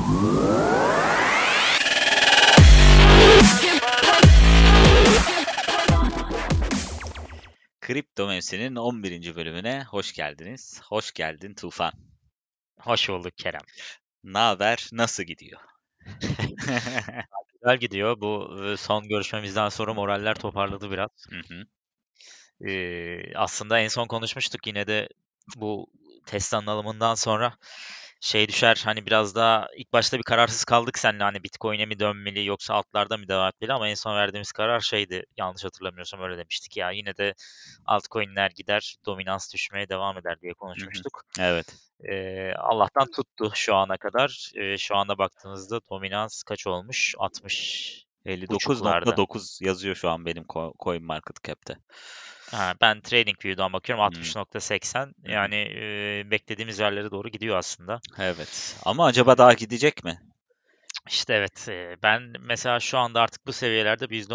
Kripto Mevsi'nin 11. bölümüne hoş geldiniz. Hoş geldin Tufan. Hoş bulduk Kerem. Ne haber? Nasıl gidiyor? Güzel gidiyor. Bu son görüşmemizden sonra moraller toparladı biraz. Hı hı. Aslında en son konuşmuştuk yine de bu Tesla'nın alımından sonra şey düşer hani biraz daha ilk başta bir kararsız kaldık seninle hani Bitcoin'e mi dönmeli yoksa altlarda mı devam etmeli ama en son verdiğimiz karar şeydi yanlış hatırlamıyorsam öyle demiştik ya yine de altcoin'ler gider dominans düşmeye devam eder diye Hı hı. konuşmuştuk. Evet. Allah'tan tuttu şu ana kadar. Şu anda baktığımızda dominans kaç olmuş? 60 buçuklarda. 59.9 yazıyor şu an benim CoinMarketCap'te. Ha, ben TradingView'dan bakıyorum Hı 60.80 hı. Hı. yani beklediğimiz yerlere doğru gidiyor aslında. Evet. Ama acaba daha gidecek mi? İşte evet ben mesela şu anda artık bu seviyelerde bir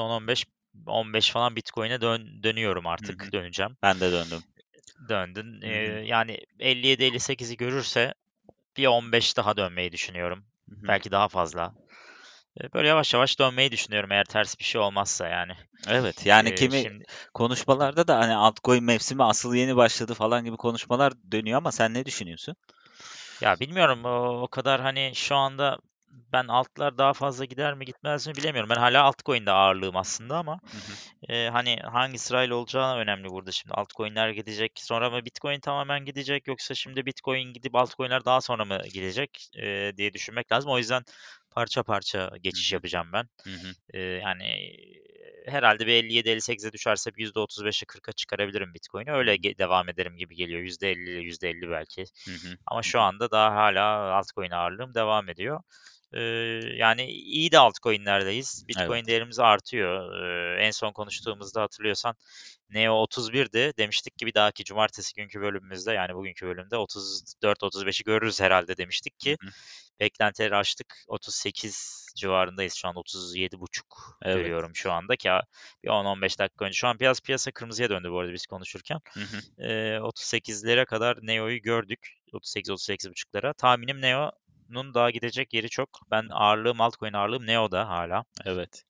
%10-15 falan Bitcoin'e dönüyorum Hı hı. artık döneceğim. Ben de döndüm. Döndün. Hı hı. Yani 57-58'i görürse bir 15 daha dönmeyi düşünüyorum. Hı hı. Belki daha fazla. Böyle yavaş yavaş dönmeyi düşünüyorum eğer ters bir şey olmazsa yani. Evet. Yani kimi Şimdi konuşmalarda da hani altcoin mevsimi asıl yeni başladı falan gibi konuşmalar dönüyor ama sen ne düşünüyorsun? ya bilmiyorum o kadar hani şu anda ben altlar daha fazla gider mi gitmez mi bilemiyorum. Ben hala altcoin'de ağırlığım aslında ama Hı hı. hani hangi sırayla olacağı önemli burada şimdi. Altcoin'ler gidecek sonra mı Bitcoin tamamen gidecek yoksa şimdi Bitcoin gidip altcoin'ler daha sonra mı gidecek diye düşünmek lazım. O yüzden parça parça Hı geçiş hı. yapacağım ben. Hı hı. Yani herhalde bir 57-58'e düşerse bir %35'e 40'a çıkarabilirim Bitcoin'i. Hı Öyle hı. devam ederim gibi geliyor. %50 ile %50 belki. Hı hı. Ama Hı şu hı. anda daha hala altcoin ağırlığım devam ediyor. Ee, Yani iyi de altcoin'lerdeyiz. Evet. Bitcoin değerimiz artıyor. En son konuştuğumuzda hatırlıyorsan Neo 31'di. Demiştik ki bir dahaki cumartesi günkü bölümümüzde yani bugünkü bölümde 34-35'i görürüz herhalde demiştik Hı ki hı. beklentileri aştık. 38 civarındayız şu an 37,5 Evet. görüyorum şu anda ki bir 10-15 dakika önce. Şu an piyasa kırmızıya döndü bu arada biz konuşurken. Hı hı. 38'lere kadar Neo'yu gördük. 38-38,5'lara. Tahminim Neo'nun daha gidecek yeri çok. Ben altcoin ağırlığım Neo'da hala. Evet.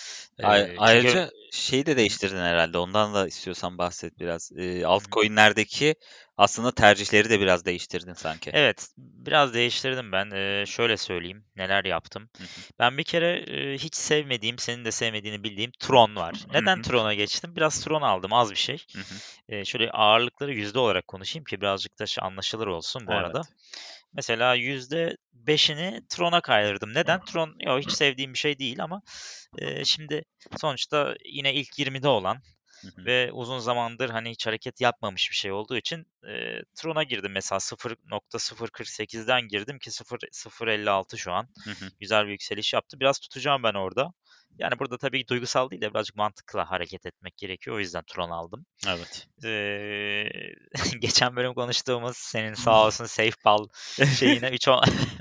Çünkü Ayrıca şeyi de Hı hı, değiştirdin herhalde. Ondan da istiyorsan bahset biraz. hı hı. Altcoin'lerdeki aslında tercihleri de biraz değiştirdin sanki. Evet, biraz değiştirdim ben. Şöyle söyleyeyim, neler yaptım. Hı hı. Ben bir kere hiç sevmediğim, senin de sevmediğini bildiğim Tron var. Hı Neden hı. Tron'a geçtim? Biraz Tron aldım, az bir şey. Hı hı. Şöyle ağırlıkları yüzde olarak konuşayım ki birazcık da anlaşılır olsun bu arada. Evet. Mesela %5'ini Tron'a kaydırdım. Neden? Tron yo, hiç sevdiğim bir şey değil ama şimdi sonuçta yine ilk 20'de olan Hı hı. ve uzun zamandır hani hiç hareket yapmamış bir şey olduğu için Tron'a girdim mesela 0.048'den girdim ki 0.056 şu an. Hı hı. Güzel bir yükseliş yaptı. Biraz tutacağım ben orada. Yani burada tabii duygusal değil de birazcık mantıkla hareket etmek gerekiyor. O yüzden Tron aldım. Evet. Geçen bölüm konuştuğumuz senin sağ olsun SafePal şeyine 3.10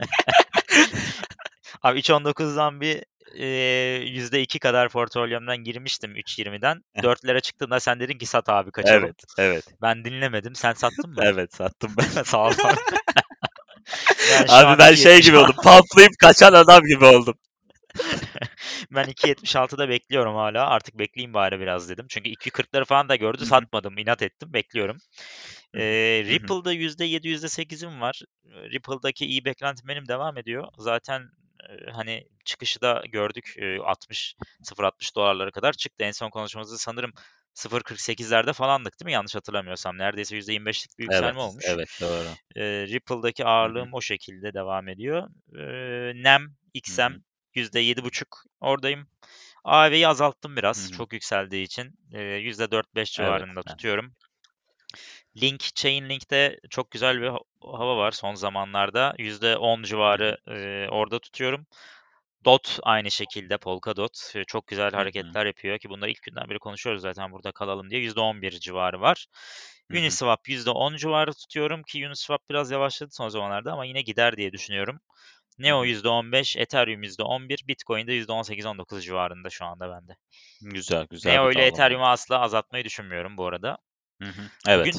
abi 3.19'dan bir %2 kadar portfolyomdan girmiştim 3.20'den. 4'lere çıktığında sen dedin ki sat abi kaçalım. Evet, evet, Ben dinlemedim. Sen sattın mı? evet sattım ben. Sağ ol abi. Ben şu Abi an ben şey gibi 2.76 oldum. Pamplayıp kaçan adam gibi oldum. ben 2.76'da bekliyorum hala. Artık bekleyeyim bari biraz dedim. Çünkü 2.40'ları falan da gördü. Hı hı. Satmadım. İnat ettim. Bekliyorum. Hı hı. Hı hı. Ripple'da %7, %8'im var. Ripple'daki iyi beklentim benim devam ediyor. Zaten hani çıkışı da gördük. 0.60 dolarlara kadar çıktı. En son konuşmamızda sanırım 0.48'lerde falandık değil mi? Yanlış hatırlamıyorsam. Neredeyse %25'lik bir yükselme Evet, olmuş. evet doğru. Ripple'daki Hı hı. ağırlığım o şekilde devam ediyor. NEM, Hı XM hı. %7,5 oradayım. AV'yi azalttım Hı biraz hı. çok yükseldiği için. %4-5 Evet. civarında tutuyorum. Chainlink'te çok güzel bir hava var son zamanlarda. %10 Hı hı. civarı orada tutuyorum. DOT aynı şekilde Polkadot çok güzel Hı hı. hareketler yapıyor ki bunları ilk günden beri konuşuyoruz zaten burada kalalım diye. %11 civarı var. Hı hı. Uniswap %10 civarı tutuyorum ki Uniswap biraz yavaşladı son zamanlarda ama yine gider diye düşünüyorum. Hı Neo hı. %15, Ethereum %11, Bitcoin de %18-19 civarında şu anda bende. Güzel, güzel bir Neo ile tablo Ethereum'u olmuş. asla azaltmayı düşünmüyorum bu arada. Hı hı. Bugün Evet.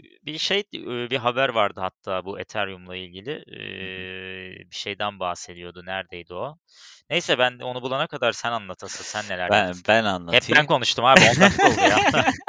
bir haber vardı hatta bu Ethereum'la ilgili. Hı hı. Bir şeyden bahsediyordu. Neredeydi o? Neyse ben de onu bulana kadar sen anlat asıl. Sen neler Ben yaptın? ben Hep ben anlatayım. konuştum abi. 10 dakika oldu ya.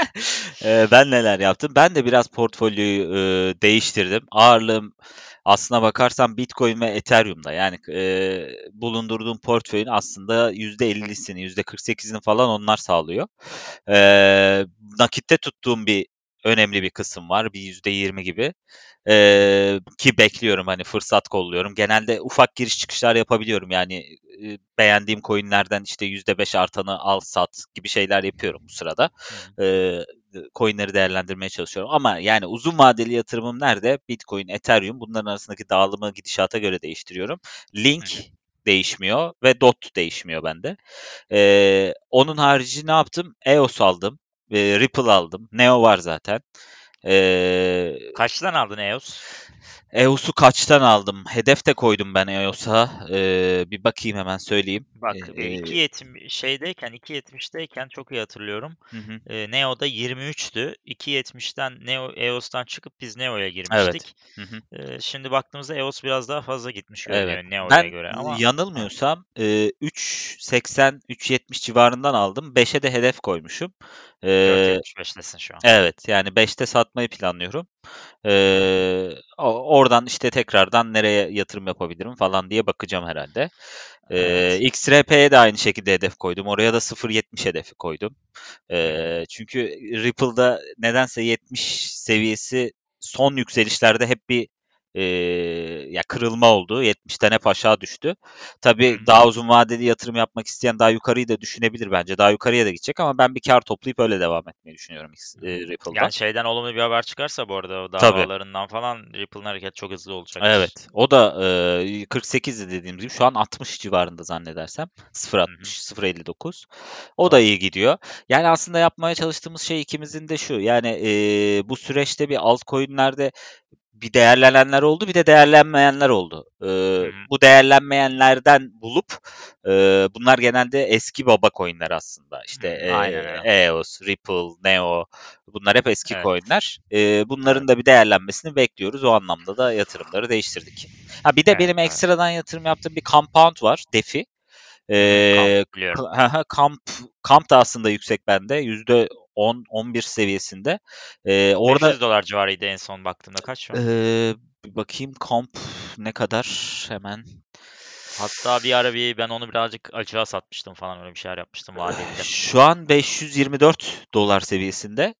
Ben neler yaptım? Ben de biraz portfolyoyu değiştirdim. Ağırlığım aslına bakarsan Bitcoin ve Ethereum'da. Yani bulundurduğum portföyün aslında %50'sini, %48'ini falan onlar sağlıyor. Hı hı, Eee, Nakitte tuttuğum bir önemli bir kısım var. Bir %20 gibi. hı hı, Ki bekliyorum hani fırsat kolluyorum. Genelde ufak giriş çıkışlar yapabiliyorum. Yani beğendiğim coinlerden işte %5 artanı al sat gibi şeyler yapıyorum bu sırada. hı hı, Eee Coinleri değerlendirmeye çalışıyorum. Ama yani uzun vadeli yatırımım nerede? Bitcoin, Ethereum bunların arasındaki dağılımı gidişata göre değiştiriyorum. hı Link hı. değişmiyor ve DOT değişmiyor bende. Onun harici ne yaptım? EOS aldım. Ripple aldım. Neo var zaten. Eee Kaçtan aldın EOS? EOS'u kaçtan aldım? Hedef de koydum ben EOS'a. Bir bakayım hemen söyleyeyim. Bak 2.70 şeydeyken 2.70'deyken çok iyi hatırlıyorum. Hı hı. Neo'da 23'tü. 2.70'ten EOS'tan çıkıp biz Neo'ya Evet. girmiştik. Hı hı. Şimdi baktığımızda EOS biraz daha fazla gitmiş Evet. görünüyor Neo'ya Ben göre ama ha, yanılmıyorsam 3.80, 3.70 civarından aldım. 5'e de hedef koymuşum. Eee 4.75'tesin şu an. evet yani 5'te satmayı planlıyorum. Hı hı. Oradan işte tekrardan nereye yatırım yapabilirim falan diye bakacağım herhalde. Evet. XRP'ye de aynı şekilde hedef koydum. Oraya da 0.70 hedefi koydum. Hı hı. Çünkü Ripple'da nedense 70 seviyesi son yükselişlerde hep bir ya kırılma oldu. 70'ten hep aşağı düştü. Hı Tabii hı. daha uzun vadeli yatırım yapmak isteyen daha yukarıyı da düşünebilir bence. Daha yukarıya da gidecek ama ben bir kar toplayıp öyle devam etmeyi düşünüyorum Hı hı. Ripple'da. Yani şeyden olumlu bir haber çıkarsa bu arada o Tabii. davalarından falan Ripple'ın hareketi çok hızlı olacaktır. Evet. O da 48'di dediğimiz gibi. Şu an 60 civarında zannedersem. Hı hı. 0.60, 0.59. O da Doğru. iyi gidiyor. Yani aslında yapmaya çalıştığımız şey ikimizin de şu. Yani bu süreçte bir altcoin'lerde bir değerlenenler oldu, bir de değerlenmeyenler oldu. Hı hı. Bu değerlenmeyenlerden bulup bunlar genelde eski baba coin'ler aslında. Hı İşte hı. Aynen öyle. EOS, Ripple, Neo bunlar hep eski Evet. coin'ler. Evet. Bunların da bir değerlenmesini bekliyoruz. O anlamda da yatırımları değiştirdik. Ha bir de Evet. benim Evet. ekstradan yatırım yaptığım bir compound var, DeFi. Hı hı. Kamp Eee, biliyorum. Kamp da aslında yüksek bende. %10-11 seviyesinde. Orada 500 dolar civarıydı en son baktığımda. Kaç şu an? bir bakayım kamp ne kadar hemen. Hatta bir ara ben onu birazcık açığa satmıştım falan öyle bir şeyler yapmıştım vadelide. Şu an 524 dolar seviyesinde.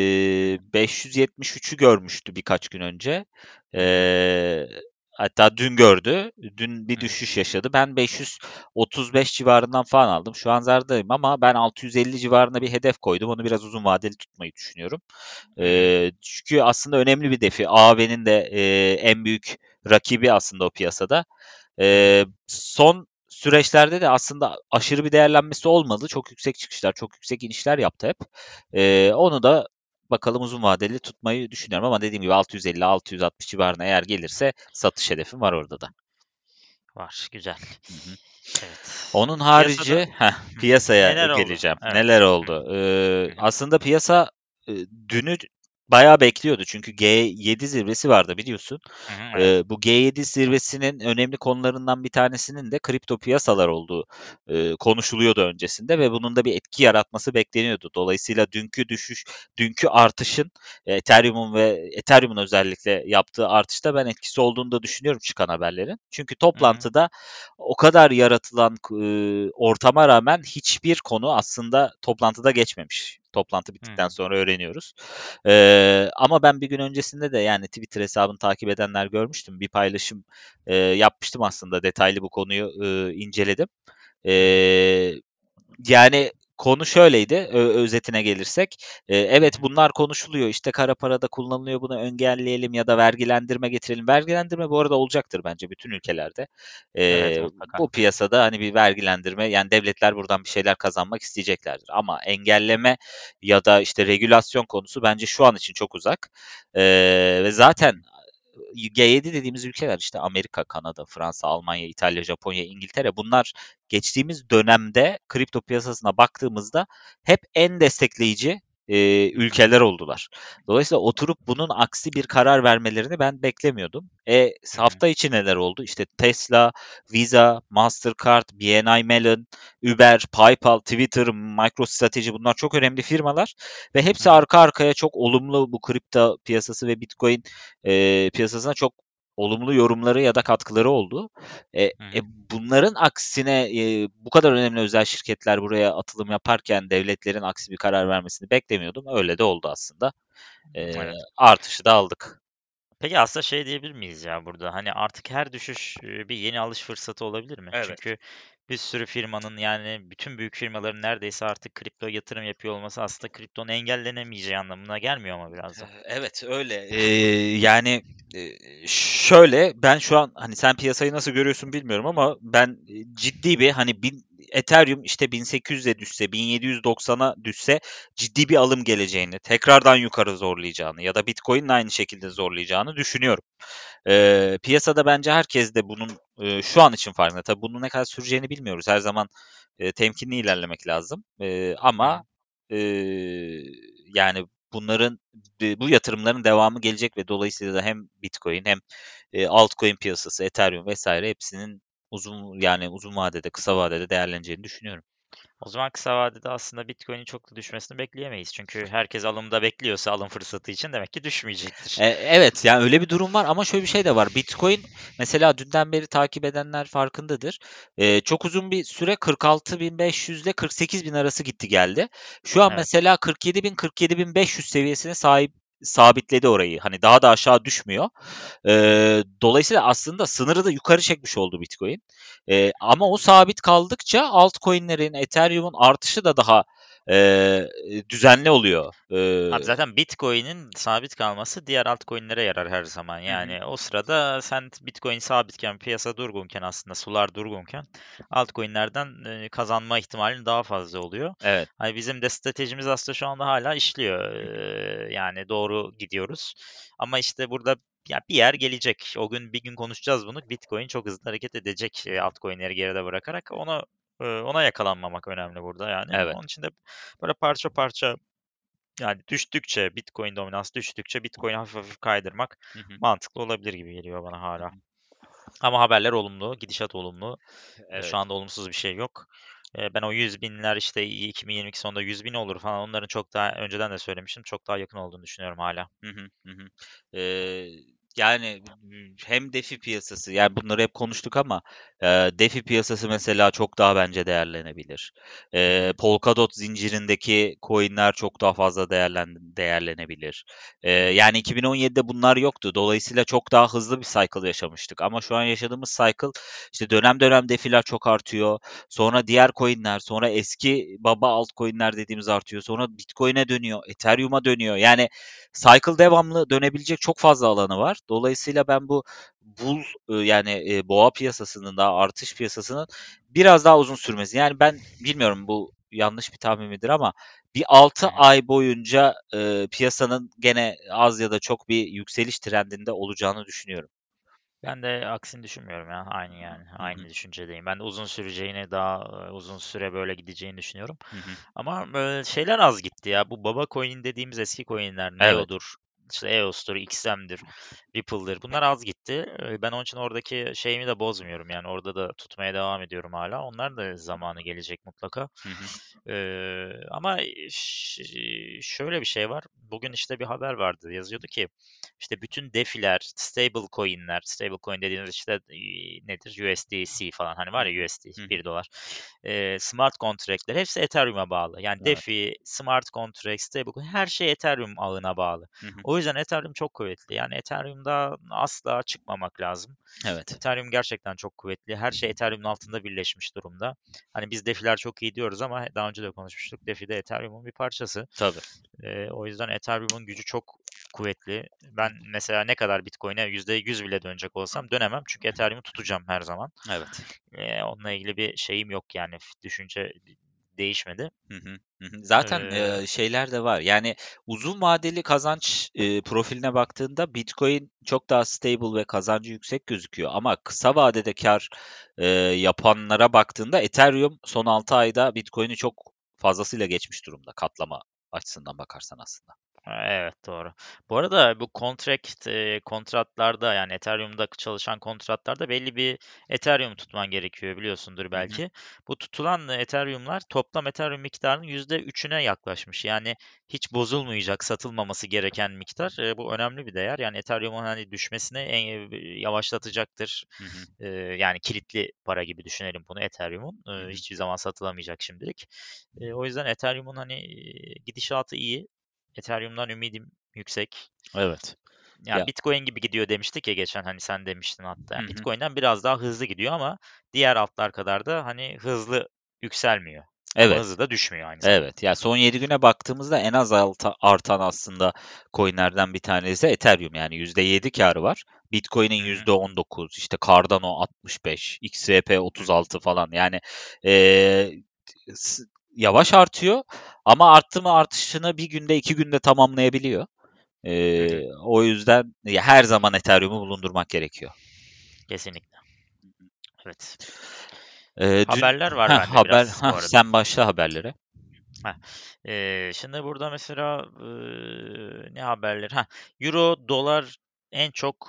573'ü görmüştü birkaç gün önce. Hı hı. Eee, Hatta dün gördü. Dün bir Hı hı. düşüş yaşadı. Ben 535 civarından falan aldım. Şu an zardayım ama ben 650 civarında bir hedef koydum. Onu biraz uzun vadeli tutmayı düşünüyorum. Hı hı. Çünkü aslında önemli bir defi. AV'nin de en büyük rakibi aslında o piyasada. Hı hı. Son süreçlerde de aslında aşırı bir değerlenmesi olmadı. Çok yüksek çıkışlar, çok yüksek inişler yaptı hep. Hı hı. Onu da bakalım uzun vadeli tutmayı düşünüyorum ama dediğim gibi 650-660 civarına eğer gelirse satış hedefim var orada da. Var. Güzel. Hı hı. Evet. Onun Piyasada harici hı hı. piyasaya Neler oldu? geleceğim. Evet. Neler Hı hı. oldu? Hı hı. Aslında piyasa dünü bayağı bekliyordu. Çünkü G7 zirvesi vardı biliyorsun. Hı hı. Evet. Bu G7 zirvesinin önemli konularından bir tanesinin de kripto piyasalar olduğu konuşuluyordu öncesinde ve bunun da bir etki yaratması bekleniyordu. Dolayısıyla dünkü artışın Ethereum'un özellikle yaptığı artışta ben etkisi olduğunu da düşünüyorum çıkan haberlerin. Çünkü Hı hı. toplantıda o kadar yaratılan ortama rağmen hiçbir konu aslında toplantıda geçmemiş. Toplantı Hı bittikten hı. sonra öğreniyoruz. Ama ben bir gün öncesinde de yani Twitter hesabını takip edenler görmüştüm. Bir paylaşım yapmıştım aslında detaylı bu konuyu inceledim. Hı hı. Eee Yani konu şöyleydi, özetine gelirsek. Hı Evet hı. bunlar konuşuluyor. İşte kara para da kullanılıyor. Bunu engelleyelim ya da vergilendirme getirelim. Vergilendirme bu arada olacaktır bence bütün ülkelerde. Evet, mutlaka. Bu piyasada hani bir vergilendirme yani devletler buradan bir şeyler kazanmak isteyeceklerdir. Ama engelleme ya da işte regülasyon konusu bence şu an için çok uzak. Ve Hı zaten hı. G7 dediğimiz ülkeler işte Amerika, Kanada, Fransa, Almanya, İtalya, Japonya, İngiltere bunlar geçtiğimiz dönemde kripto piyasasına baktığımızda hep en destekleyici Hı hı. ülkeler oldular. Dolayısıyla oturup bunun aksi bir karar vermelerini ben beklemiyordum. Hı hı. Hafta içi neler oldu? İşte Tesla, Visa, Mastercard, BNI Mellon, Uber, PayPal, Twitter, MicroStrategy bunlar çok önemli firmalar ve Hı hepsi hı. arka arkaya çok olumlu bu kripto piyasası ve Bitcoin piyasasına çok olumlu yorumları ya da katkıları oldu. Hı hı. Bunların aksine bu kadar önemli özel şirketler buraya atılım yaparken devletlerin aksi bir karar vermesini beklemiyordum. Öyle de oldu aslında. Evet. Artışı da aldık. Peki aslında şey diyebilir miyiz ya burada? Hani artık her düşüş bir yeni alış fırsatı olabilir mi? Evet. Çünkü bir sürü firmanın yani bütün büyük firmaların neredeyse artık kripto yatırım yapıyor olması aslında kriptonun engellenemeyeceği anlamına gelmiyor mu biraz da? Evet, öyle. Yani, şöyle, ben şu an, hani, sen piyasayı nasıl görüyorsun bilmiyorum ama ben, ciddi bir, hani, Ethereum, işte, 1800'e düşse, 1790'a düşse ciddi bir alım geleceğini, tekrardan yukarı zorlayacağını ya da Bitcoin'in aynı şekilde zorlayacağını düşünüyorum. Hı hı. Piyasada bence herkes de bunun, şu an için farkında. Tabii bunun ne kadar süreceğini bilmiyoruz. Her zaman, temkinli ilerlemek lazım. Hı Ama, hı. eee, yani bunların bu yatırımların devamı gelecek ve dolayısıyla da hem Bitcoin hem, altcoin piyasası, Ethereum vesaire hepsinin uzun vadede, kısa vadede değerleneceğini düşünüyorum. O zaman kısa vadede aslında Bitcoin'in çok da düşmesini bekleyemeyiz. Çünkü herkes alımda bekliyorsa alım fırsatı için demek ki düşmeyecektir. Evet, yani öyle bir durum var ama şöyle bir şey de var. Bitcoin mesela dünden beri takip edenler farkındadır. Çok uzun bir süre 46.500 ile 48.000 arası gitti geldi. Şu an Evet. mesela 47.000 47.500 seviyesine sabitledi orayı. Hani daha da aşağı düşmüyor. Hı hı. Dolayısıyla aslında sınırı da yukarı çekmiş oldu Bitcoin. Hı Ama o hı. sabit kaldıkça altcoin'lerin, Ethereum'un artışı da daha düzenli oluyor. Abi zaten Bitcoin'in sabit kalması diğer altcoin'lere yarar her zaman. Hı hı. Yani o sırada sen Bitcoin sabitken, piyasa durgunken aslında sular durgunken altcoin'lerden kazanma ihtimalin daha fazla oluyor. Evet. Hani bizim de stratejimiz aslında şu anda hala işliyor. Hı hı. Yani doğru gidiyoruz. Ama işte burada ya bir yer gelecek. O gün bir gün konuşacağız bunu. Bitcoin çok hızlı hareket edecek altcoin'leri geride bırakarak. Ona yakalanmamak önemli burada yani. Evet. Onun için de böyle parça parça yani düştükçe, Bitcoin dominansı düştükçe Bitcoin'i hafif hafif kaydırmak Hı hı. mantıklı olabilir gibi geliyor bana Hı hala. hı. Ama haberler olumlu, gidişat olumlu. Şu Evet. anda olumsuz bir şey yok. Ben o 100 binler işte 2022 sonunda 100 bin olur falan onların çok daha önceden de söylemiştim. Çok daha yakın olduğunu düşünüyorum hala. Hı hı. Hı hı. Eee, yani hem DeFi piyasası, yani bunları hep konuştuk ama DeFi piyasası mesela çok daha bence değerlenebilir. Hı hı. Polkadot zincirindeki coin'ler çok daha fazla değerlenebilir. Hı hı. Yani 2017'de bunlar yoktu. Dolayısıyla çok daha hızlı bir cycle yaşamıştık. Ama şu an yaşadığımız cycle işte dönem dönem DeFi'ler çok artıyor. Sonra diğer coin'ler, sonra eski baba altcoin'ler dediğimiz artıyor. Sonra Bitcoin'e dönüyor, Ethereum'a dönüyor. Yani cycle devamlı dönebilecek çok fazla alanı var. Dolayısıyla ben bu yani boğa piyasasının da artış piyasasının biraz daha uzun sürmesi. Yani ben bilmiyorum bu yanlış bir tahmin midir ama bir Hı 6 hı. ay boyunca piyasanın gene az ya da çok bir yükseliş trendinde olacağını düşünüyorum. Ben de aksini düşünmüyorum ya. Aynı yani. Hı hı. Aynı düşüncedeyim. Ben de uzun süreceğini, daha uzun süre böyle gideceğini düşünüyorum. Hı hı. Ama böyle şeyler az gitti ya. Bu baba coin dediğimiz eski coinler, Evet. Neo'dur, işte EOS'tur, XM'dir, Ripple'dır. Bunlar az gitti. Ben onun için oradaki şeyimi de bozmuyorum. Yani orada da tutmaya devam ediyorum hala. Onlar da zamanı gelecek mutlaka. Hı hı. Ama şöyle bir şey var. Bugün işte bir haber vardı. Yazıyordu ki işte bütün DeFi'ler, stable coin'ler, stable coin dediğimiz işte nedir? USDC falan hani Hı var ya hı. USD Hı hı. 1 dolar. Smart contract'ler hepsi Ethereum'a bağlı. Yani Evet. DeFi, smart contract, stablecoin her şey Ethereum ağına bağlı. Hı hı. O yüzden Ethereum çok kuvvetli. Yani Ethereum'da asla çıkmamak lazım. Evet. Ethereum gerçekten çok kuvvetli. Her şey Ethereum'un altında birleşmiş durumda. Hani biz DeFi'ler çok iyi diyoruz ama daha önce de konuşmuştuk. DeFi de Ethereum'un bir parçası. Tabii. O yüzden Ethereum'un gücü çok kuvvetli. Ben mesela ne kadar Bitcoin'e %100 bile dönecek olsam dönemem. Çünkü Hı hı. Ethereum'u tutacağım her zaman. Evet. Onunla ilgili bir şeyim yok yani. Düşünce değişmedi. Hı hı. Hı hı. Zaten, Ee, şeyler de var. Yani uzun vadeli kazanç, profiline baktığında Bitcoin çok daha stable ve kazancı yüksek gözüküyor ama kısa vadede kâr, yapanlara baktığında Ethereum son 6 ayda Bitcoin'i çok fazlasıyla geçmiş durumda katlama. açısından bakarsan aslında. Evet, doğru. Bu arada bu kontratlarda, yani Ethereum'da çalışan kontratlarda belli bir Ethereum tutman gerekiyor, biliyorsundur Hı hı. belki. Bu tutulan Ethereum'lar toplam Ethereum miktarının %3'üne yaklaşmış. Yani hiç bozulmayacak, satılmaması gereken miktar. Bu önemli bir değer. Yani Ethereum'un hani düşmesini yavaşlatacaktır. Hı hı. Yani kilitli para gibi düşünelim bunu Ethereum'un. Hı hı. Hiçbir zaman satılamayacak şimdilik. O yüzden Ethereum'un hani gidişatı iyi. Ethereum'dan ümidim yüksek. Evet. Ya Ya. Bitcoin gibi gidiyor demiştik ya geçen, hani sen demiştin hatta. Hı Yani hı. Bitcoin'den biraz daha hızlı gidiyor ama diğer altlar kadar da hani hızlı yükselmiyor. Ama Evet. hızlı da düşmüyor aynı zamanda. Evet. Ya son 7 güne baktığımızda en az artan aslında coin'lerden bir tanesi Ethereum. Yani %7 karı var. Bitcoin'in Hı hı, %19, işte Cardano 65, XRP hı hı, 36 falan. Yani eee, yavaş artıyor ama arttı mı artışını bir günde 2 günde tamamlayabiliyor. hı hı. O yüzden ya her zaman Ethereum'u bulundurmak gerekiyor. Kesinlikle. Evet. Dün Haberler var bende biraz bu arada. sen başla haberlere. Heh. Şimdi burada mesela ne haberleri? Euro, dolar en çok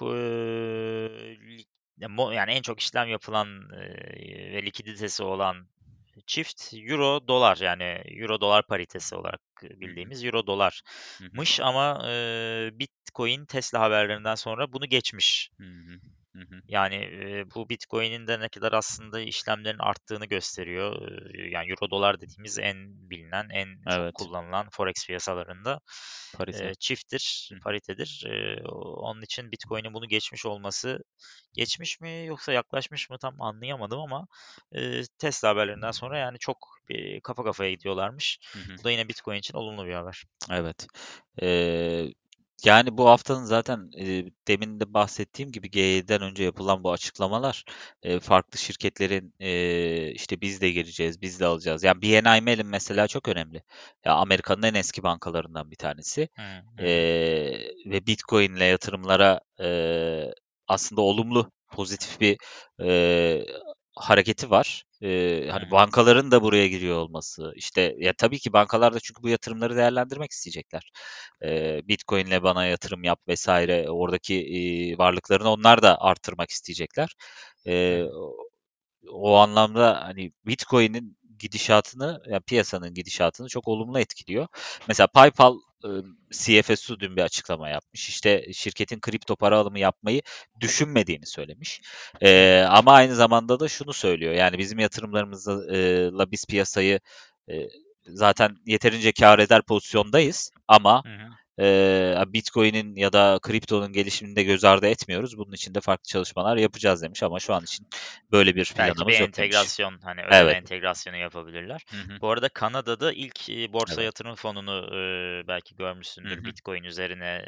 yani en çok işlem yapılan ve likiditesi olan çift Euro dolar, yani Euro dolar paritesi olarak Hı hı, bildiğimiz Euro hı hı, dolarmış ama Bitcoin Tesla haberlerinden sonra bunu geçmiş. hı hı, hı hı. Yani, bu Bitcoin'in de ne kadar aslında işlemlerin arttığını gösteriyor. Yani euro dolar dediğimiz en bilinen, en çok Evet, kullanılan forex piyasalarında, parite. çifttir, Hı hı. paritedir. Onun için Bitcoin'in bunu geçmiş olması, geçmiş mi yoksa yaklaşmış mı tam anlayamadım ama, Tesla haberlerinden sonra yani çok, kafa kafaya gidiyorlarmış. Hı hı. Bu da yine Bitcoin için olumlu bir haber. Evet. Eee, Yani bu haftanın zaten demin de bahsettiğim gibi G7'den önce yapılan bu açıklamalar farklı şirketlerin işte biz de gireceğiz, biz de alacağız. Yani BNY Mellon mesela çok önemli. Ya Amerika'nın en eski bankalarından bir tanesi. Hı hı. Ve Bitcoin'le yatırımlara aslında olumlu, pozitif bir eee, hareketi var. Hı Hani hı. bankaların da buraya giriyor olması, işte ya tabii ki bankalar da çünkü bu yatırımları değerlendirmek isteyecekler. Bitcoin'le bana yatırım yap vesaire oradaki varlıklarını onlar da artırmak isteyecekler. Hı Eee, hı. O anlamda hani Bitcoin'in gidişatını, ya piyasanın gidişatını çok olumlu etkiliyor. Mesela PayPal CFO'su dün bir açıklama yapmış. İşte şirketin kripto para alımı yapmayı düşünmediğini söylemiş. Hı hı. Ama aynı zamanda da şunu söylüyor. Yani bizim yatırımlarımızla biz piyasayı e, zaten yeterince kâr eder pozisyondayız. Ama Hı hı. Bitcoin'in ya da kriptonun gelişimini de göz ardı etmiyoruz. Bunun için de farklı çalışmalar yapacağız demiş ama şu an için böyle bir Belki bir planımız yok demiş. entegrasyon, hani ödeme Evet. entegrasyonu yapabilirler. Hı hı. Bu arada Kanada'da ilk borsa Evet. yatırım fonunu belki Hı görmüşsündür, hı. Bitcoin üzerine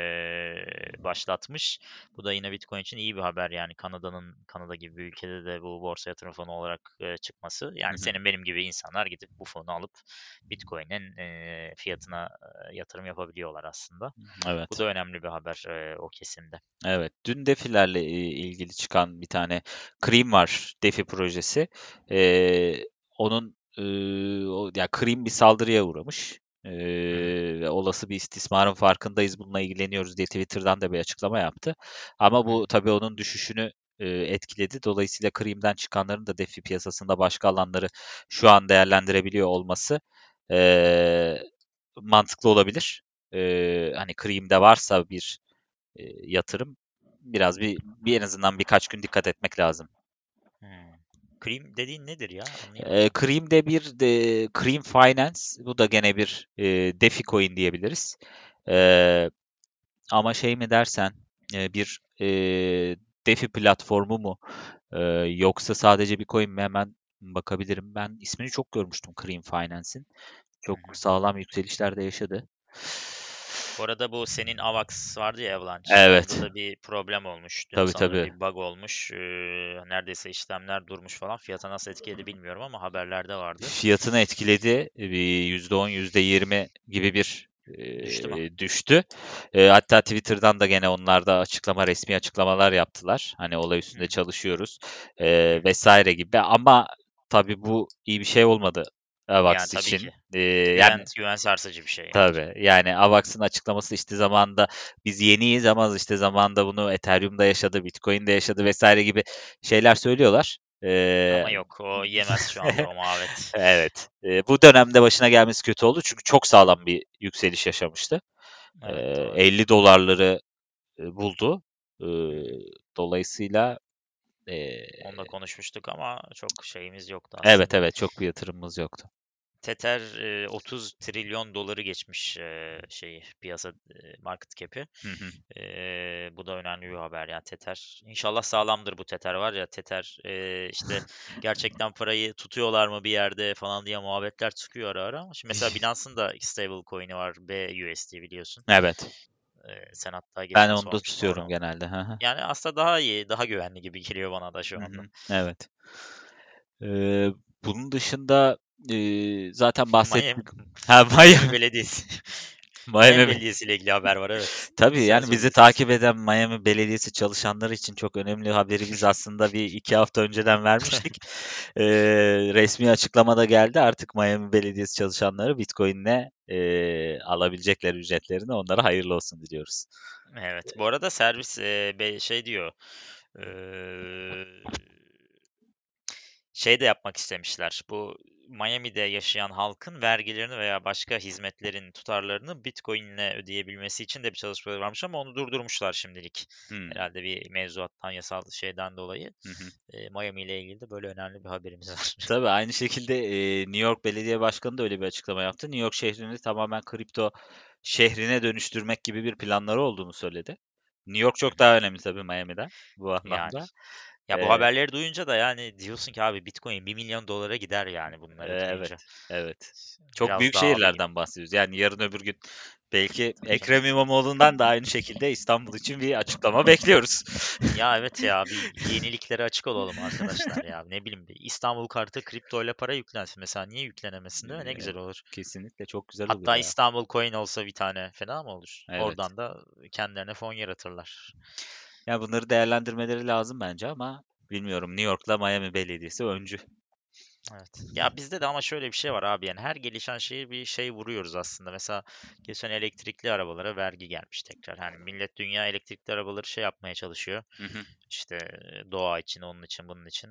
başlatmış. Bu da yine Bitcoin için iyi bir haber, yani Kanada gibi bir ülkede de bu borsa yatırım fonu olarak çıkması. Hı Yani hı. senin benim gibi insanlar gidip bu fonu alıp Bitcoin'in fiyatına yatırım yapabiliyorlar aslında. Bu Evet. da önemli bir haber o kesimde. Evet. Dün DeFi'lerle ilgili çıkan bir tane Cream var. DeFi projesi. Onun ya Cream bir saldırıya uğramış. Hı hı, Ve olası bir istismarın farkındayız. Bununla ilgileniyoruz diye Twitter'dan da bir açıklama yaptı. Ama hı hı, bu tabii onun düşüşünü etkiledi. Dolayısıyla Cream'den çıkanların da DeFi piyasasında başka alanları şu an değerlendirebiliyor olması eee, mantıklı olabilir. Hani Cream'de varsa bir yatırım biraz bir en azından birkaç gün dikkat etmek lazım. hı. Cream dediğin nedir ya? Anlayamadım ben. Cream'de bir de Cream Finance, bu da gene bir DeFi coin diyebiliriz. Eee, Ama şey mi dersen bir DeFi platformu mu yoksa sadece bir coin mi, hemen bakabilirim. Ben ismini çok görmüştüm Cream Finance'in. Hı Çok hı. sağlam yükselişler de yaşadı. Bu arada bu senin AVAX vardı ya, Avalanche. Onda Evet. da bir problem olmuş. Dün Tabii sanırım tabii. bir bug olmuş. Neredeyse işlemler durmuş falan. Fiyata nasıl etkiledi bilmiyorum ama haberlerde vardı. Fiyatını etkiledi. Bir %10, %20 gibi bir Düştü mü? düştü. Hatta Twitter'dan da gene onlar da resmi açıklamalar yaptılar. Hani olay Hı üstünde hı, çalışıyoruz hı hı, vesaire gibi. Ama tabii bu iyi bir şey olmadı. Yani AVAX tabii için. ki. Yani Güven sarsıcı bir şey yani. tabii. Yani AVAX'ın açıklaması işte zamanında biz yeniyiz ama işte zamanında bunu Ethereum'da yaşadı, Bitcoin'de yaşadı vesaire gibi şeyler söylüyorlar. Ama yok, o yemez şu anda o muhabbet. Evet. Bu dönemde başına gelmesi kötü oldu çünkü çok sağlam bir yükseliş yaşamıştı. Evet, doğru. 50 dolarları buldu. Eee, Hı hı. dolayısıyla eee, Onu da konuşmuştuk ama çok şeyimiz yoktu evet aslında. evet çok bir yatırımımız yoktu. Tether 30 trilyon doları geçmiş şeyi piyasa market cap'i. Hı hı. Bu da önemli bir haber yani Tether. İnşallah sağlamdır bu Tether var ya Tether işte gerçekten parayı tutuyorlar mı bir yerde falan diye muhabbetler çıkıyor ara ara. Şimdi mesela Binance'ın da stable coin'i var BUSD biliyorsun. Evet. Sen hatta Ben geçen onu da sormuştun tutuyorum oradan. genelde. Hı hı. Yani aslında daha iyi, daha güvenli gibi geliyor bana da şu Hı anda. hı. Evet. Eee, bunun dışında zaten Miami, bahsettik. Ha, Miami Miami. Belediyesi. Miami Miami. Belediyesi ile ilgili haber var evet. Tabii Sen yani bizi söyleyeceksin. takip eden Miami Belediyesi çalışanları için çok önemli haberi biz aslında bir iki hafta önceden vermiştik. Resmi açıklama da geldi. Artık Miami Belediyesi çalışanları Bitcoin'le alabilecekler ücretlerini. Onlara hayırlı olsun diliyoruz. Evet. Bu arada servis şey diyor. eee, Şey de yapmak istemişler. Bu Miami'de yaşayan halkın vergilerini veya başka hizmetlerin tutarlarını Bitcoin'le ödeyebilmesi için de bir çalışmaları varmış ama onu durdurmuşlar şimdilik. Hmm. Herhalde bir mevzuattan, yasal şeyden dolayı. Hı hı. Miami ile ilgili de böyle önemli bir haberimiz var. Tabii aynı şekilde New York Belediye Başkanı da öyle bir açıklama yaptı. New York şehrini tamamen kripto şehrine dönüştürmek gibi bir planları olduğunu söyledi. New York Hı çok hı. daha önemli tabii Miami'den bu Yani. anlamda. Ya bu Eee, haberleri duyunca da yani diyorsun ki abi Bitcoin 1 milyon dolara gider yani bunları duyunca. evet, evet. Çok Biraz büyük daha alayım. şehirlerden bahsediyoruz. Yani yarın öbür gün belki Tabii canım. Ekrem İmamoğlu'ndan da aynı şekilde İstanbul için bir açıklama bekliyoruz. Ya evet ya bir yeniliklere açık olalım arkadaşlar ya. Ne bileyim bir İstanbul kartı kripto ile para yüklensin. Mesela niye yüklenemesin değil mi? Ne güzel olur. Kesinlikle çok güzel olur Hatta ya. İstanbul coin olsa bir tane fena mı olur? Evet. Oradan da kendilerine fon yaratırlar. Ya bunları değerlendirmeleri lazım bence ama bilmiyorum. New York'la Miami Belediyesi öncü. Evet. Ya bizde de ama şöyle bir şey var abi yani her gelişen şeyi bir şey vuruyoruz aslında. Mesela geçen elektrikli arabalara vergi gelmiş tekrar. Hani millet dünya elektrikli arabaları şey yapmaya çalışıyor. Hı hı. İşte doğa için, onun için, bunun için.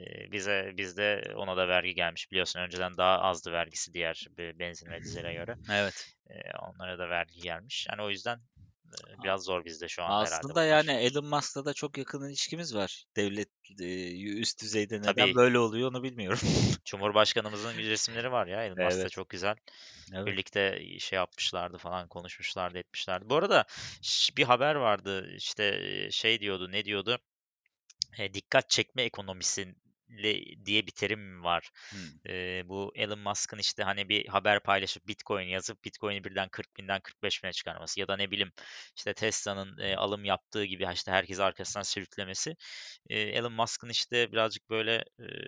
Bizde ona da vergi gelmiş. Biliyorsun önceden daha azdı vergisi diğer benzin ve dizele göre. Evet. Onlara da vergi gelmiş. Yani o yüzden biraz zor bizde şu anda herhalde Aslında yani bunlar. Elon Musk'la da çok yakın ilişkimiz var. Devlet üst düzeyde neden Tabii böyle oluyor onu bilmiyorum. Cumhurbaşkanımızın resimleri var ya Elon Musk'ta Evet. çok güzel. Evet. Birlikte şey yapmışlardı falan konuşmuşlardı etmişlerdi. Bu arada bir haber vardı işte şey diyordu ne diyordu? Dikkat çekme ekonomisi diye bir terim var. Hmm. Bu Elon Musk'ın işte hani bir haber paylaşıp Bitcoin yazıp Bitcoin'i birden 40 binden 45 bine çıkarması ya da ne bileyim işte Tesla'nın alım yaptığı gibi işte herkes arkasından sürüklemesi. Elon Musk'ın işte birazcık böyle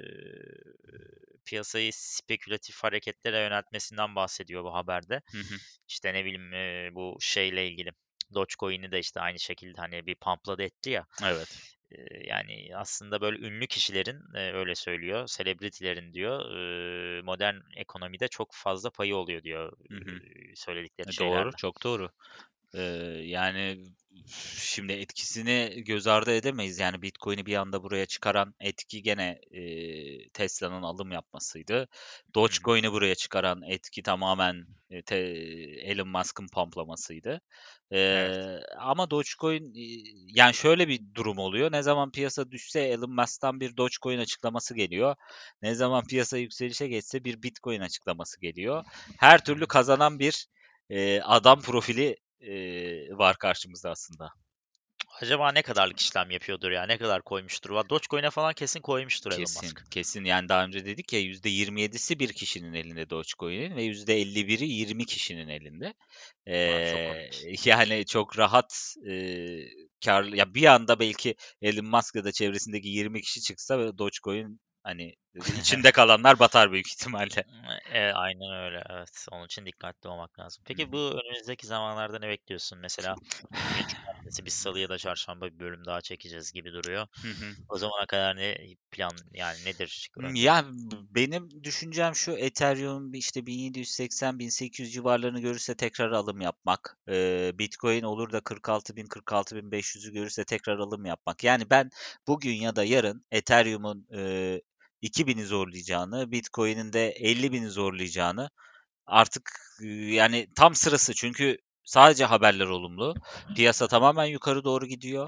piyasayı spekülatif hareketlere yöneltmesinden bahsediyor bu haberde. Hı hı. İşte ne bileyim bu şeyle ilgili Dogecoin'i de işte aynı şekilde hani bir pumpladı etti ya. Evet. Yani aslında böyle ünlü kişilerin öyle söylüyor, selebritilerin diyor modern ekonomide çok fazla payı oluyor diyor Hı hı. söyledikleri Doğru, şeylerde. çok doğru. Eee, yani şimdi etkisini göz ardı edemeyiz. Yani Bitcoin'i bir anda buraya çıkaran etki gene Tesla'nın alım yapmasıydı. Hı hı. Dogecoin'i buraya çıkaran etki tamamen Elon Musk'ın pamplamasıydı. Evet. Ama Dogecoin yani şöyle bir durum oluyor. Ne zaman piyasa düşse Elon Musk'tan bir Dogecoin açıklaması geliyor. Ne zaman piyasa yükselişe geçse bir Bitcoin açıklaması geliyor. Her türlü Evet. kazanan bir adam profili var karşımızda aslında. Acaba ne kadarlık işlem yapıyordur ya? Ne kadar koymuştur? Dogecoin'e falan kesin koymuştur Elon Kesin, Musk. kesin. Yani daha önce dedik ya %27'si bir kişinin elinde Dogecoin'in ve %51'i 20 kişinin elinde. Çok komik. Yani çok rahat kârlı. Ya bir anda belki Elon Musk ya da çevresindeki 20 kişi çıksa ve Dogecoin Hani içinde kalanlar batar büyük ihtimalle. Aynen öyle. Evet. Onun için dikkatli olmak lazım. Hı Peki hı. bu önümüzdeki zamanlarda ne bekliyorsun? Mesela bugün cumartesi, biz salı ya da çarşamba bir bölüm daha çekeceğiz gibi duruyor. Hı hı. O zamana kadar ne plan, yani nedir öngörün? Ya benim düşüncem şu: Ethereum işte 1780-1800 civarlarını görürse tekrar alım yapmak. Bitcoin olur da 46.000 46.500'ü görürse tekrar alım yapmak. Yani ben bugün ya da yarın Ethereum'un 2000'i zorlayacağını, Bitcoin'in de 50.000'i zorlayacağını artık, yani tam sırası, çünkü sadece haberler olumlu. Piyasa tamamen yukarı doğru gidiyor.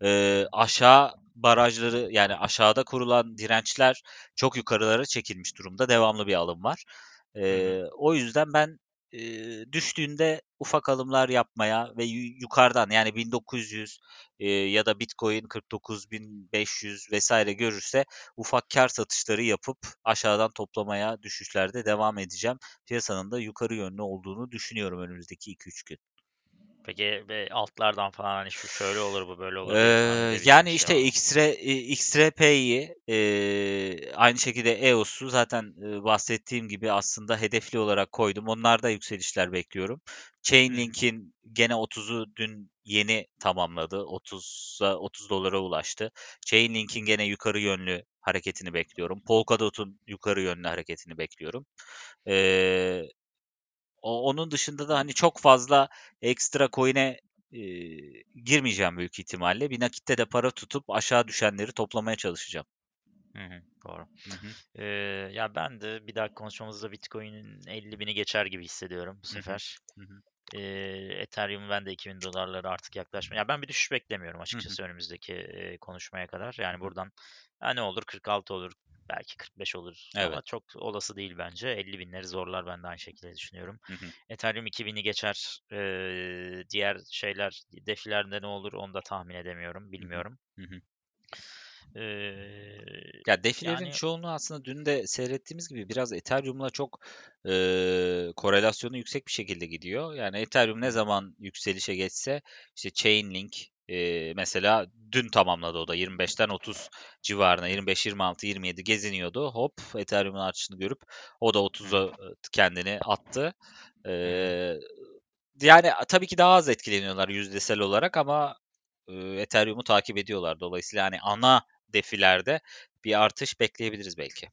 Aşağı barajları, yani aşağıda kurulan dirençler çok yukarılara çekilmiş durumda. Devamlı bir alım var. Hı hı. O yüzden ben düştüğünde ufak alımlar yapmaya ve yukarıdan, yani 1900 ya da Bitcoin 49.500 vesaire görürse ufak kar satışları yapıp aşağıdan toplamaya düşüşlerde devam edeceğim. Piyasanın da yukarı yönlü olduğunu düşünüyorum önümüzdeki 2-3 gün. Peki ve altlardan falan hani şu şöyle olur, bu böyle olur diye tahmin edebileceğim bir Yani şey işte var mı? XRP'yi, aynı şekilde EOS'u zaten bahsettiğim gibi aslında hedefli olarak koydum. Onlarda yükselişler bekliyorum. Hı hı. Chainlink'in gene 30'u dün yeni tamamladı. 30 dolara ulaştı. Chainlink'in gene yukarı yönlü hareketini bekliyorum. Polkadot'un yukarı yönlü hareketini bekliyorum. Eee onun dışında da hani çok fazla ekstra coin'e girmeyeceğim büyük ihtimalle. Bir nakitte de para tutup aşağı düşenleri toplamaya çalışacağım. Hı hı. Doğru. Hı hı. Eee, Ya ben de bir dahaki konuşmamızda Bitcoin'in 50.000'i geçer gibi hissediyorum bu Hı hı. sefer. Hı hı. Ethereum ben de 2000 dolarlara artık yaklaşma. Ya ben bir düşüş beklemiyorum Hı hı. açıkçası önümüzdeki konuşmaya kadar. Hı Yani hı. buradan ne olur, 46 olur, belki 45 olur Evet. ama çok olası değil bence. 50 binleri zorlar, ben de aynı şekilde düşünüyorum. Hı hı. Ethereum 2000'i geçer. Diğer şeyler, defilerde ne olur onu da tahmin edemiyorum, Hı hı. bilmiyorum. Hı hı. Eee, Ya defilerin Yani çoğunluğu aslında dün de seyrettiğimiz gibi biraz Ethereum'la çok korelasyonu yüksek bir şekilde gidiyor. Yani Ethereum Hı ne hı, zaman yükselişe geçse işte Chainlink mesela dün tamamladı, o da 25'ten 30 civarına, 25, 26, 27 geziniyordu. Hop, Ethereum'un artışını görüp o da hı 30'a hı, kendini attı. hı hı. Eee, Yani tabii ki daha az etkileniyorlar yüzdesel olarak ama Ethereum'u takip ediyorlar. Dolayısıyla hani ana defilerde bir artış bekleyebiliriz belki.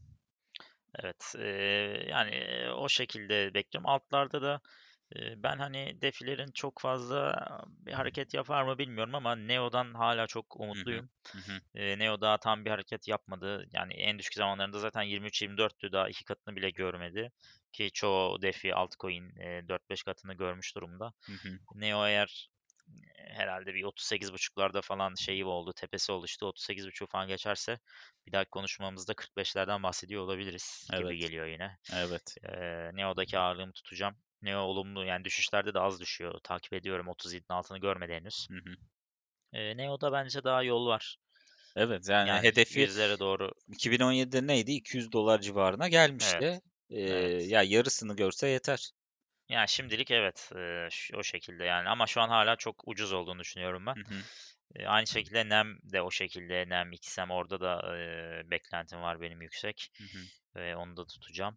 Evet, yani, o şekilde bekliyorum. Altlarda da, ben, hani, defilerin çok fazla bir hareket yapar mı bilmiyorum ama Neo'dan hala çok Hı hı. umutluyum. Hı hı. Neo daha tam bir hareket yapmadı. Yani en düşük zamanlarında zaten 23-24'tü, daha 2 katını bile görmedi ki çoğu defi altcoin, 4-5 katını görmüş durumda. Hı hı. Neo eğer herhalde bir 38,5'larda falan şeyi oldu, tepesi oluştu. 38,5 falan geçerse bir dahaki konuşmamızda 45'lerden bahsediyor olabiliriz gibi Evet. geliyor yine. Evet. Neo'daki ağırlığımı tutacağım. Neo olumlu, yani düşüşlerde de az düşüyor. Takip ediyorum. 37'nin altını görmedi henüz. Hı hı. Neo'da bence daha yol var. Evet, yani Yani hedefi yüzlere doğru. 2017'de neydi? 200 dolar civarına gelmişti. Evet. Evet. Ya yarısını görse yeter. Yani şimdilik evet, o şekilde yani, ama şu an hala çok ucuz olduğunu düşünüyorum ben. Hı hı. Aynı şekilde NEM de o şekilde. NEM, XM, orada da beklentim var benim yüksek. Hı hı. Onu da tutacağım.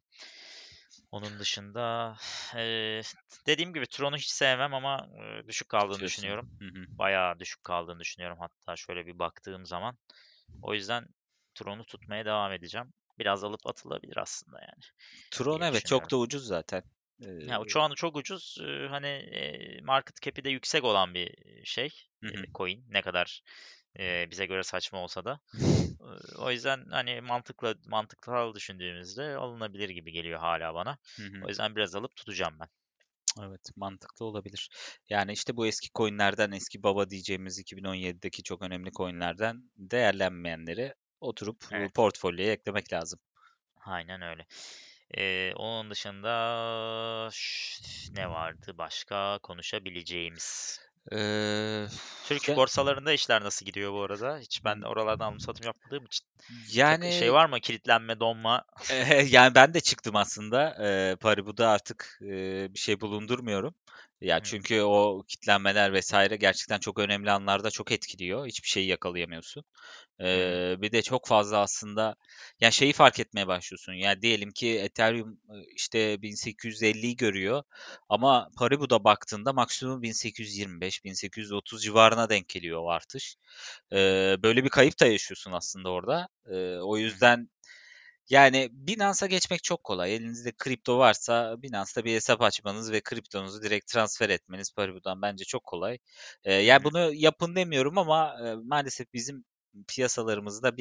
Onun dışında eee, dediğim gibi Tron'u hiç sevmem ama düşük kaldığını Tutuyorsun. düşünüyorum. Hı hı. Bayağı düşük kaldığını düşünüyorum hatta şöyle bir baktığım zaman. O yüzden Tron'u tutmaya devam edeceğim. Biraz alıp atılabilir aslında yani Tron diye evet çok düşünüyorum. da ucuz zaten. Ya şu anda çok ucuz. Hani market cap'i de yüksek olan bir şey, Hı hı. coin. Ne kadar bize göre saçma olsa da. O yüzden hani mantıksal düşündüğümüzde alınabilir gibi geliyor hala bana. Hı hı. O yüzden biraz alıp tutacağım ben. Evet, mantıklı olabilir. Yani işte bu eski coinlerden, eski baba diyeceğimiz 2017'deki çok önemli coinlerden değerlenmeyenleri oturup Evet, portfolyoya eklemek lazım. aynen öyle. Onun dışında ne vardı başka konuşabileceğimiz? Eee, Türk ya, borsalarında işler nasıl gidiyor bu arada? Hiç ben oralardan alım satım yapmadığım için. Şey yani var mı? Kilitlenme, donma? yani ben de çıktım aslında. Paribu'da artık bir şey bulundurmuyorum. Ya Hı hı. çünkü o kitlenmeler vesaire gerçekten çok önemli anlarda çok etkiliyor. Hiçbir şeyi yakalayamıyorsun. Hı hı. Bir de çok fazla aslında ya şeyi fark etmeye başlıyorsun. Ya diyelim ki Ethereum işte 1850'yi görüyor ama Paribu'da baktığında maksimum 1825, 1830 civarına denk geliyor o artış. Hı hı. Böyle bir kayıp da yaşıyorsun aslında orada. O Hı hı. yüzden yani Binance'a geçmek çok kolay. Elinizde kripto varsa Binance'ta bir hesap açmanız ve kriptonuzu direkt transfer etmeniz Paribu'dan bence çok kolay. Hı Yani hı. bunu yapın demiyorum ama maalesef bizim piyasalarımızda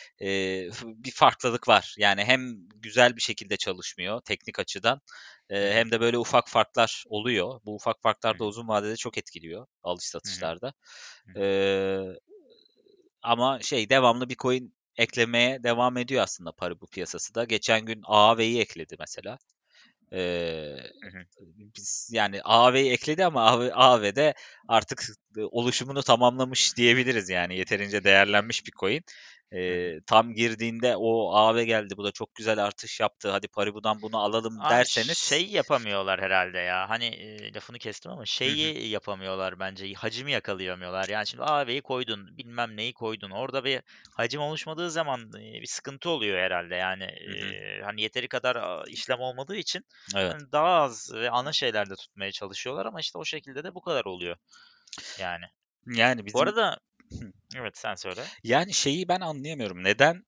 bir farklılık var. Yani hem güzel bir şekilde çalışmıyor teknik açıdan Hı hı. hem de böyle ufak farklar oluyor. Bu ufak Hı farklar da hı. uzun vadede çok etkiliyor alış Hı hı. satışlarda. Hı hı. Eee, Ama devamlı bir coin eklemeye devam ediyor aslında Paribu piyasası da. Geçen gün AAV'yi ekledi mesela. Eee, Hı hı. Biz yani AAV'yi ekledi ama AAV'de artık oluşumunu tamamlamış diyebiliriz yani yeterince değerlenmiş bir coin. Hı hı. Tam girdiğinde o AAV geldi bu da çok güzel artış yaptı hadi Paribu'dan bunu alalım Abi derseniz. şey yapamıyorlar herhalde ya. Hani lafını kestim ama Hı hı, şeyi yapamıyorlar bence. Hacimi yakalayamıyorlar. Yani şimdi AV'yi koydun, bilmem neyi koydun. Orada bir hacim oluşmadığı zaman bir sıkıntı oluyor herhalde. Yani hı hı. hani yeteri kadar işlem olmadığı için Evet. hani daha az ve ana şeylerde tutmaya çalışıyorlar ama işte o şekilde de bu kadar oluyor yani. Yani Bu bizim arada evet sen söyle. yani şeyi ben anlayamıyorum. Neden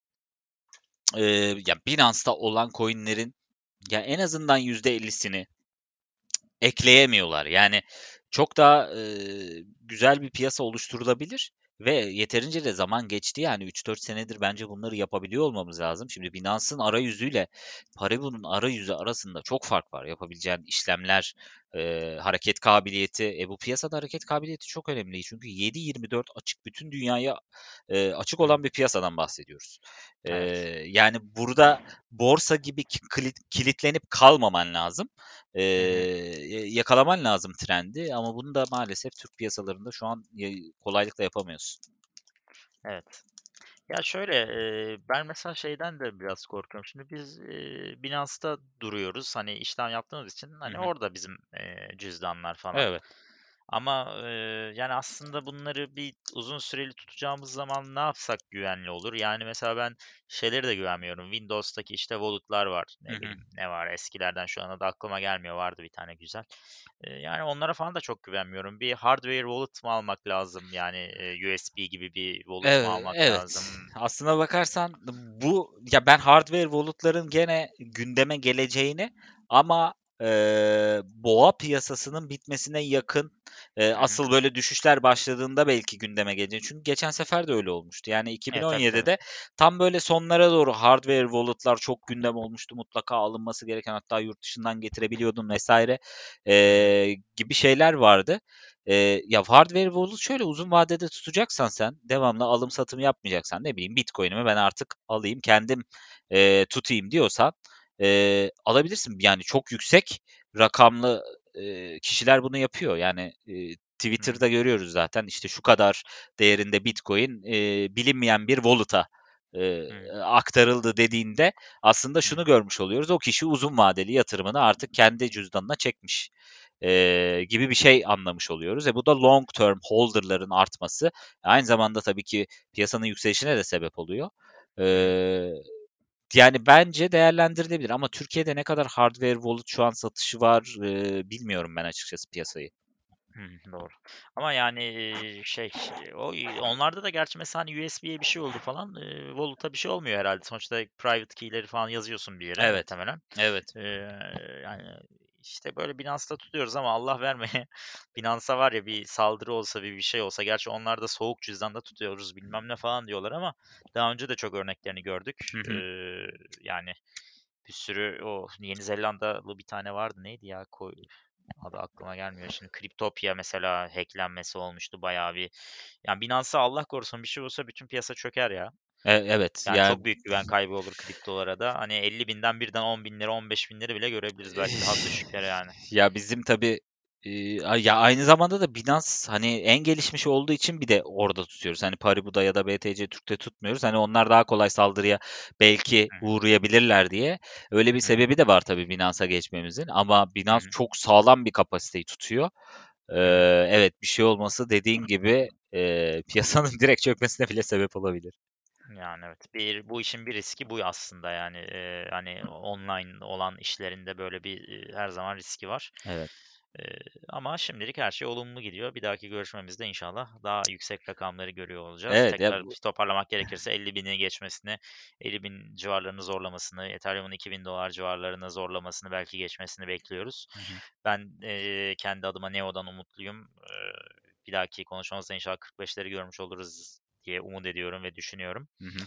ya Binance'ta olan coin'lerin ya en azından %50'sini ekleyemiyorlar. Yani çok daha güzel bir piyasa oluşturulabilir ve yeterince de zaman geçti. Yani 3-4 senedir bence bunları yapabiliyor olmamız lazım. Şimdi Binance'ın arayüzüyle Paribu'nun arayüzü arasında çok fark var. Yapabileceğin işlemler, hareket kabiliyeti. Bu piyasada hareket kabiliyeti çok önemli. Çünkü 7/24 açık bütün dünyaya açık Hı hı. olan bir piyasadan bahsediyoruz. Evet. Yani burada borsa gibi kilitlenip kalmaman lazım. Hı hı. Yakalaman lazım trendi ama bunu da maalesef Türk piyasalarında şu an kolaylıkla yapamıyorsun. Evet. Ya şöyle, ben mesela şeyden de biraz korkuyorum. Şimdi biz, Binance'ta duruyoruz. Hani işlem yaptığımız için Hı hani hı. orada bizim, cüzdanlar falan. Evet. Ama, yani aslında bunları bir uzun süreli tutacağımız zaman ne yapsak güvenli olur? Yani mesela ben şeylere de güvenmiyorum. Windows'taki işte wallet'lar var. Hı Ne hı. bileyim ne var eskilerden şu anda da aklıma gelmiyor. Vardı bir tane güzel. Yani onlara falan da çok güvenmiyorum. Bir hardware wallet mı almak lazım? Yani, USB gibi bir wallet mı Evet, almak evet. lazım? Aslına bakarsan ya ben hardware wallet'ların gene gündeme geleceğini ama boğa piyasasının bitmesine yakın Hı hı. asıl böyle düşüşler başladığında belki gündeme geleceğini. Çünkü geçen sefer de öyle olmuştu. Yani Tabii, tabii. 2017'de tam böyle sonlara doğru hardware wallet'lar çok gündem olmuştu. Mutlaka alınması gereken hatta yurt dışından getirebiliyordun vesaire Hı hı. gibi şeyler vardı. Ya hardware wallet şöyle uzun vadede tutacaksan sen devamlı alım satım yapmayacaksan ne bileyim Bitcoin'imi ben artık alayım kendim tutayım diyorsan alabilirsin. Yani çok yüksek rakamlı kişiler bunu yapıyor. Yani Hı hı. Twitter'da görüyoruz zaten işte şu kadar değerinde Bitcoin bilinmeyen bir wallet'a Hı hı. aktarıldı dediğinde aslında Hı şunu hı. görmüş oluyoruz. O kişi uzun vadeli yatırımını artık kendi cüzdanına çekmiş gibi bir şey anlamış oluyoruz. Bu da long term holder'ların artması. Aynı zamanda tabii ki piyasanın yükselişine de sebep oluyor. Hı hı. Eee, Yani bence değerlendirilebilir ama Türkiye'de ne kadar hardware wallet şu an satışı var bilmiyorum ben açıkçası piyasayı. Doğru. Ama yani, onlarda da gerçi mesela, hani, USB'ye bir şey oldu falan, Volut'a bir şey olmuyor herhalde. Sonuçta private key'leri falan yazıyorsun bir yere Evet. muhtemelen. Evet. Yani, işte, böyle Binance'da tutuyoruz ama Allah vermeye Binance'a var ya bir saldırı olsa, bir şey olsa gerçi onlar da soğuk cüzdanda tutuyoruz bilmem ne falan diyorlar ama daha önce de çok örneklerini gördük. Hı hı. Yani bir sürü o Yeni Zelandalı bir tane vardı. Neydi ya? Adı aklıma gelmiyor şimdi. Cryptopia mesela hacklenmesi olmuştu bayağı bir. Yani Binance'a Allah korusun bir şey olsa bütün piyasa çöker ya. Evet. Yani Yani çok büyük güven kaybı olur kriptolara da. Hani 50 binden birden 10 binlere 15 binleri bile görebiliriz belki daha düşüklere yani. ya bizim tabii Ya aynı zamanda da Binance hani en gelişmiş olduğu için bir de orada tutuyoruz. Hani Paribu'da ya da BTC Türk'te tutmuyoruz. Hani onlar daha kolay saldırıya belki Hı hı. uğrayabilirler diye. Öyle bir Hı hı. sebebi de var tabii Binance'a geçmemizin. Ama Hı Binance hı. çok sağlam bir kapasiteyi tutuyor. Hı hı. Evet bir şey olması dediğin gibi piyasanın direkt çökmesine bile sebep olabilir. Yani evet. Bu işin bir riski bu aslında yani hani online olan işlerinde böyle bir her zaman riski var. Evet. Eee, Ama şimdilik her şey olumlu gidiyor. Bir dahaki görüşmemizde inşallah daha yüksek rakamları görüyor olacağız. Evet ya Tekrar toparlamak gerekirse 50.000'i geçmesini, 50.000 civarlarını zorlamasını, Ethereum'un $2.000 civarlarını zorlamasını, belki geçmesini bekliyoruz. Hı hı. Ben kendi adıma Neo'dan umutluyum. Bir dahaki konuşmamızda inşallah 45'leri görmüş oluruz diye umut ediyorum ve düşünüyorum. Hı hı.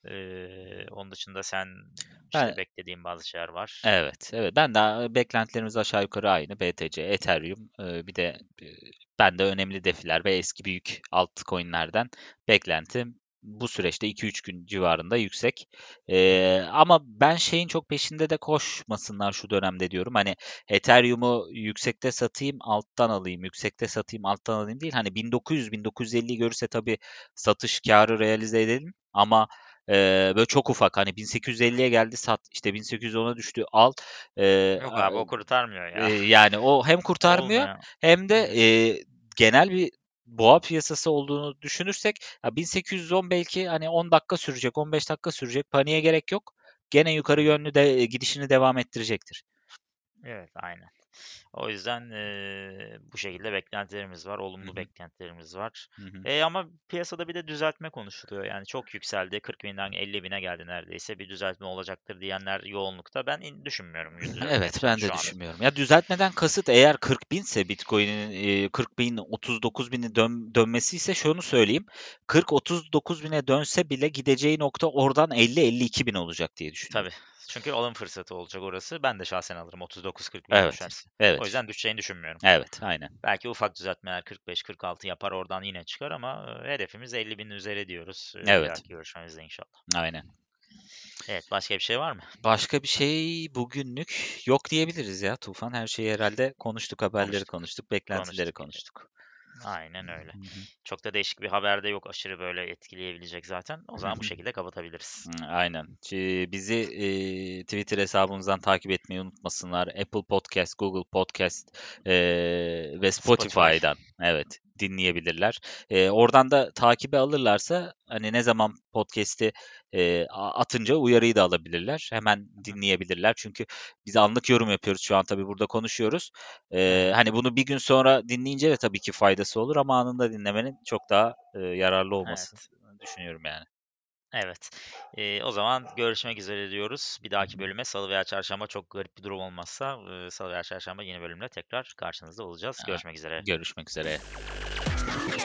Onun dışında sen Ben işte beklediğin bazı şeyler var. Evet, evet. Ben de beklentilerimiz aşağı yukarı aynı. BTC, Ethereum, bir de ben de önemli defiler ve eski büyük altcoin'lerden beklentim bu süreçte 2-3 gün civarında yüksek. Hı hı. Ama ben şeyin çok peşinde de koşmasınlar şu dönemde diyorum. Hani Ethereum'u yüksekte satayım, alttan alayım, yüksekte satayım, alttan alayım değil. Hani 1900-1950'yi görürse tabii satış karı realize edelim ama böyle çok ufak hani 1850'ye geldi sat işte 1810'a düştü al. Eee, Yok a abi, o kurtarmıyor ya. Yani o hem kurtarmıyor Olmuyor. hem Hı de hı. genel bir boğa piyasası olduğunu düşünürsek ya 1810 belki hani 10 dakika sürecek, 15 dakika sürecek. Paniğe gerek yok. Gene Hı yukarı hı. yönlü de gidişini devam ettirecektir. Evet, aynen. O yüzden bu şekilde beklentilerimiz var. Hı Olumlu hı. beklentilerimiz var. Hı hı. Ama piyasada bir de düzeltme konuşuluyor. Yani çok yükseldi. 40.000'den 50.000'e geldi neredeyse. Bir düzeltme olacaktır diyenler yoğunlukta. Ben düşünmüyorum düzeltme Evet, yapacağını ben de şu anda. düşünmüyorum. Ya düzeltmeden kasıt eğer 40 binse Bitcoin'in 40 bin, 39 bini dönmesi ise şunu söyleyeyim. 40-39 bine dönse bile gideceği nokta oradan 50-52 bin olacak diye Tabii. düşünüyorum. Çünkü alım fırsatı olacak orası. Ben de şahsen alırım 39-40 bine Evet, düşerse. O evet, yüzden düşeceğini düşünmüyorum. evet, aynen. Belki ufak düzeltmeler 45-46 yapar, oradan yine çıkar ama hedefimiz 50.000 üzeri diyoruz. Bir Evet, dahaki görüşmemizde inşallah. aynen. Evet, başka bir şey var mı? Başka bir şey bugünlük yok diyebiliriz ya Tufan. Her şeyi herhalde konuştuk, haberleri Konuştuk. konuştuk, beklentileri Konuştuk. konuştuk. Aynen öyle. Hı hı. Çok da değişik bir haber de yok aşırı böyle etkileyebilecek zaten. O Hı zaman bu hı. şekilde kapatabiliriz. Aynen. Bizi Twitter hesabımızdan takip etmeyi unutmasınlar. Apple Podcast, Google Podcast ve Spotify. Spotify'dan evet dinleyebilirler. Oradan da takibe alırlarsa hani ne zaman podcast'i atınca uyarıyı da alabilirler. Hemen dinleyebilirler. Çünkü biz anlık yorum yapıyoruz şu an tabii burada konuşuyoruz. Hı hı. Hani bunu bir gün sonra dinleyince de tabii ki faydası olur ama anında dinlemenin çok daha yararlı olması Evet. düşünüyorum yani. Evet. O zaman görüşmek üzere diyoruz. Bir dahaki bölüme salı veya çarşamba, çok garip bir durum olmazsa salı veya çarşamba yeni bölümle tekrar karşınızda olacağız. Aa, Görüşmek üzere. görüşmek üzere.